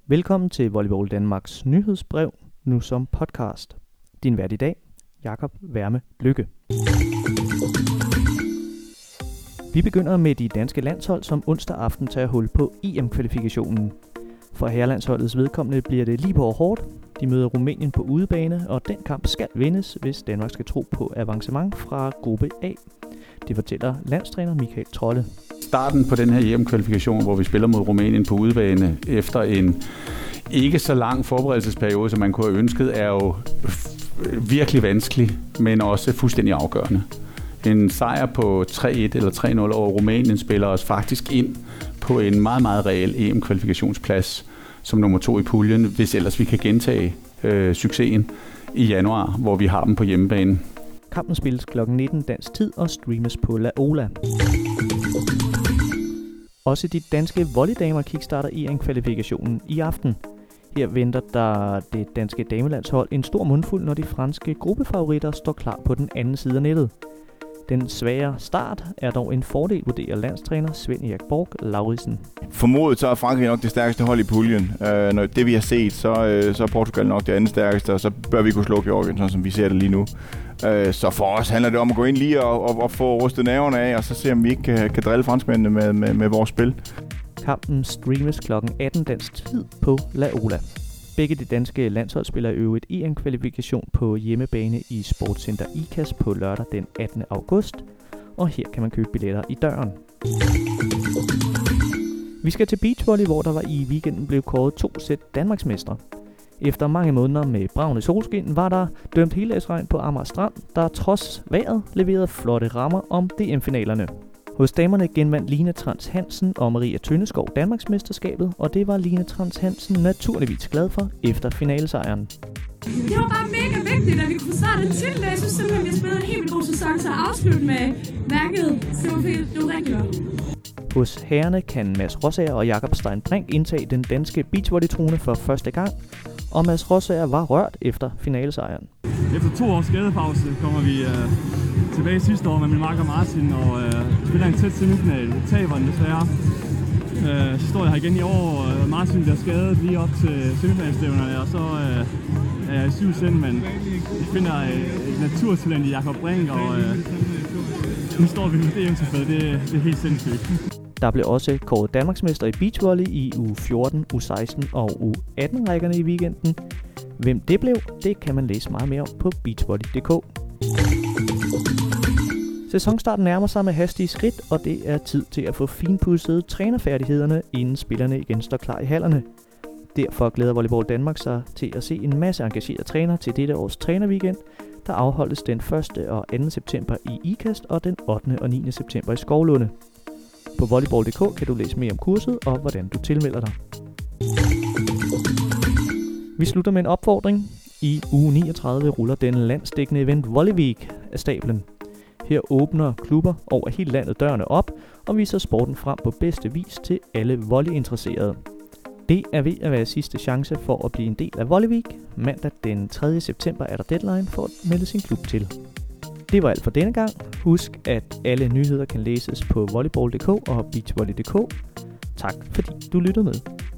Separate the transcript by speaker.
Speaker 1: Velkommen til Volleyball Danmarks nyhedsbrev, nu som podcast. Din vært i dag, Jakob Værme Lykke. Vi begynder med de danske landshold, som onsdag aften tager hul på EM-kvalifikationen. For herrelandsholdets vedkommende bliver det lige på hårdt. De møder Rumænien på udebane, og den kamp skal vindes, hvis Danmark skal tro på avancement fra gruppe A. Det fortæller landstræner Michael Trolle.
Speaker 2: Starten på den her EM-kvalifikation, hvor vi spiller mod Rumænien på udebane efter en ikke så lang forberedelsesperiode, som man kunne have ønsket, er jo virkelig vanskelig, men også fuldstændig afgørende. En sejr på 3-1 eller 3-0 over Rumænien spiller os faktisk ind på en meget, meget reel EM-kvalifikationsplads som nummer 2 i puljen, hvis ellers vi kan gentage succesen i januar, hvor vi har dem på hjemmebane.
Speaker 1: Kampen spilles kl. 19 dansk tid og streames på Laola. Også de danske volleydamer kickstarter EM-kvalifikationen i aften. Her venter der det danske damelandshold en stor mundfuld, når de franske gruppefavoritter står klar på den anden side af nettet. Den svære start er dog en fordel, vurderer landstræner Svend Erik Borg Lauridsen.
Speaker 3: Formodet så er Frankrig nok det stærkeste hold i puljen. Når det vi har set, så er Portugal nok det andet stærkeste, og så bør vi kunne slå Georgien, sådan som vi ser det lige nu. Så for os handler det om at gå ind lige og få rustet nerverne af, og så se om vi ikke kan drille franskmændene med vores spil.
Speaker 1: Kampen streames kl. 18 dansk tid på Laola. Begge de danske landshold spiller øvrigt EM-kvalifikation på hjemmebane i Sportscenter IKAS på lørdag den 18. august, og her kan man købe billetter i døren. Vi skal til beachvolley, hvor der i weekenden blev kåret 2 sæt Danmarksmestre. Efter mange måneder med bravende solskin var der dømt heldagsregn på Amager Strand, der trods vejret leverede flotte rammer om DM-finalerne. Hos damerne genvandt Line Trans Hansen og Maria Tønneskov Danmarksmesterskabet, og det var Line Trans Hansen naturligvis glad for efter finalesejren.
Speaker 4: Det var bare mega vigtigt, at vi kunne starte en til. Jeg synes simpelthen, at vi spillede en helt vildt god sæson, så at afslutte med værket, det var rigtig godt.
Speaker 1: Hos herrerne kan Mads Rossager og Jakob Stein Brink indtage den danske beachvolley-trone for første gang, og Mads Rossager var rørt efter finalesejren.
Speaker 5: Efter 2 års skadepause kommer vi tilbage sidste år med min makker Martin og spiller en tæt semifinal. Vi taber den desværre. Så står jeg her igen i år, og Martin bliver skadet lige op til semifinalstævnerne, og så er jeg i 7 sind, men vi finder et naturtalent i Jakob Brink, og nu står vi med DM-trofæet. Det er helt sindssygt.
Speaker 1: Der blev også kåret Danmarksmester i beachvolley i uge 14, uge 16 og uge 18-rækkerne i weekenden. Hvem det blev, det kan man læse meget mere om på beachvolley.dk. Sæsonstarten nærmer sig med hastige skridt, og det er tid til at få finpudset trænerfærdighederne, inden spillerne igen står klar i hallerne. Derfor glæder Volleyball Danmark sig til at se en masse engagerede trænere til dette års trænerweekend, der afholdes den 1. og 2. september i IKAST og den 8. og 9. september i Skovlunde. På volleyball.dk kan du læse mere om kurset og hvordan du tilmelder dig. Vi slutter med en opfordring. I uge 39 ruller den landsdækkende event Volley Week af stablen. Her åbner klubber over hele landet dørene op og viser sporten frem på bedste vis til alle volleyinteresserede. Det er ved at være sidste chance for at blive en del af Volley Week. Mandag den 3. september er der deadline for at melde sin klub til. Det var alt for denne gang. Husk, at alle nyheder kan læses på volleyball.dk og beachvolley.dk. Tak fordi du lyttede med.